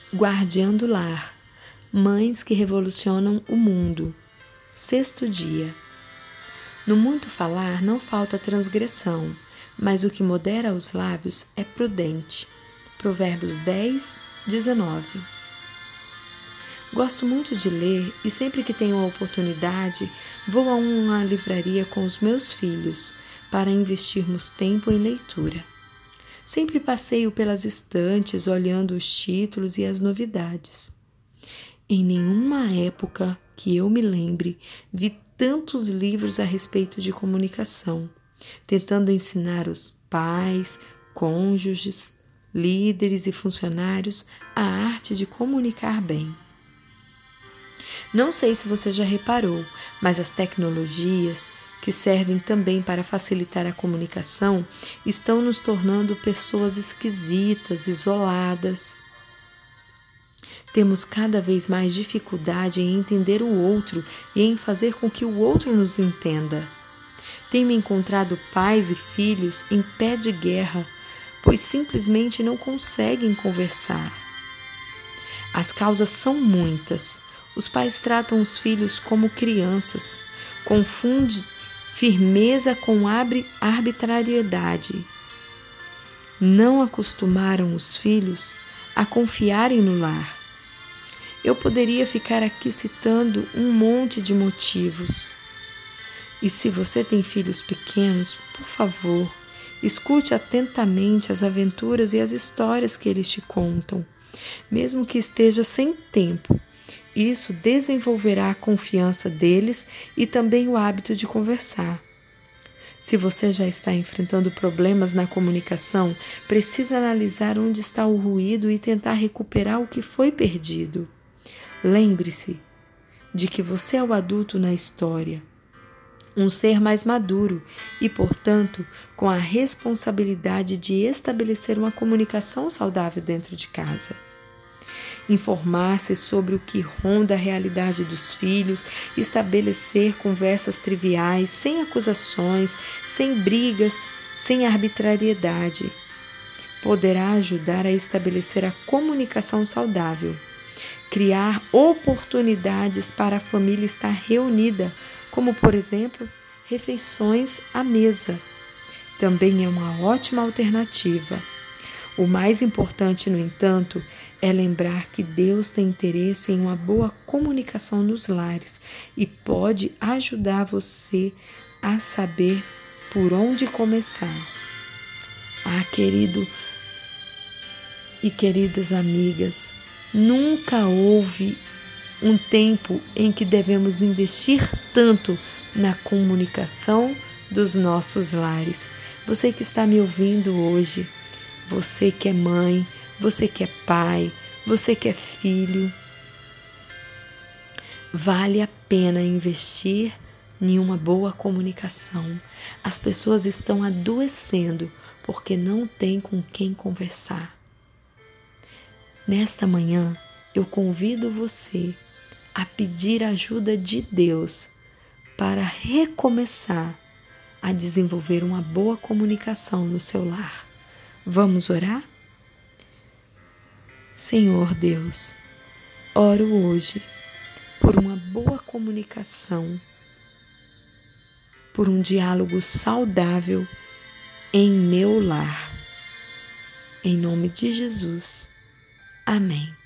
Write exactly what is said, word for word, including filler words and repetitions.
Guardiã do lar, mães que revolucionam o mundo. Sexto dia. No muito falar não falta transgressão, mas o que modera os lábios é prudente. Provérbios dez, dezenove. Gosto muito de ler e sempre que tenho a oportunidade vou a uma livraria com os meus filhos para investirmos tempo em leitura. Sempre passeio pelas estantes olhando os títulos e as novidades. Em nenhuma época que eu me lembre vi tantos livros a respeito de comunicação, tentando ensinar os pais, cônjuges, líderes e funcionários a arte de comunicar bem. Não sei se você já reparou, mas as tecnologias, que servem também para facilitar a comunicação, estão nos tornando pessoas esquisitas, isoladas. Temos cada vez mais dificuldade em entender o outro e em fazer com que o outro nos entenda. Tenho encontrado pais e filhos em pé de guerra, pois simplesmente não conseguem conversar. As causas são muitas. Os pais tratam os filhos como crianças, confundem firmeza com arbitrariedade. Não acostumaram os filhos a confiarem no lar. Eu poderia ficar aqui citando um monte de motivos. E se você tem filhos pequenos, por favor, escute atentamente as aventuras e as histórias que eles te contam, mesmo que esteja sem tempo. Isso desenvolverá a confiança deles e também o hábito de conversar. Se você já está enfrentando problemas na comunicação, precisa analisar onde está o ruído e tentar recuperar o que foi perdido. Lembre-se de que você é o adulto na história, um ser mais maduro e, portanto, com a responsabilidade de estabelecer uma comunicação saudável dentro de casa. Informar-se sobre o que ronda a realidade dos filhos, estabelecer conversas triviais, sem acusações, sem brigas, sem arbitrariedade. Poderá ajudar a estabelecer a comunicação saudável, criar oportunidades para a família estar reunida, como, por exemplo, refeições à mesa. Também é uma ótima alternativa. O mais importante, no entanto, é lembrar que Deus tem interesse em uma boa comunicação nos lares e pode ajudar você a saber por onde começar. Ah, querido e queridas amigas, nunca houve um tempo em que devemos investir tanto na comunicação dos nossos lares. Você que está me ouvindo hoje, você que é mãe, você que é pai, você que é filho, vale a pena investir em uma boa comunicação. As pessoas estão adoecendo porque não têm com quem conversar. Nesta manhã, eu convido você a pedir a ajuda de Deus para recomeçar a desenvolver uma boa comunicação no seu lar. Vamos orar? Senhor Deus, oro hoje por uma boa comunicação, por um diálogo saudável em meu lar. Em nome de Jesus. Amém.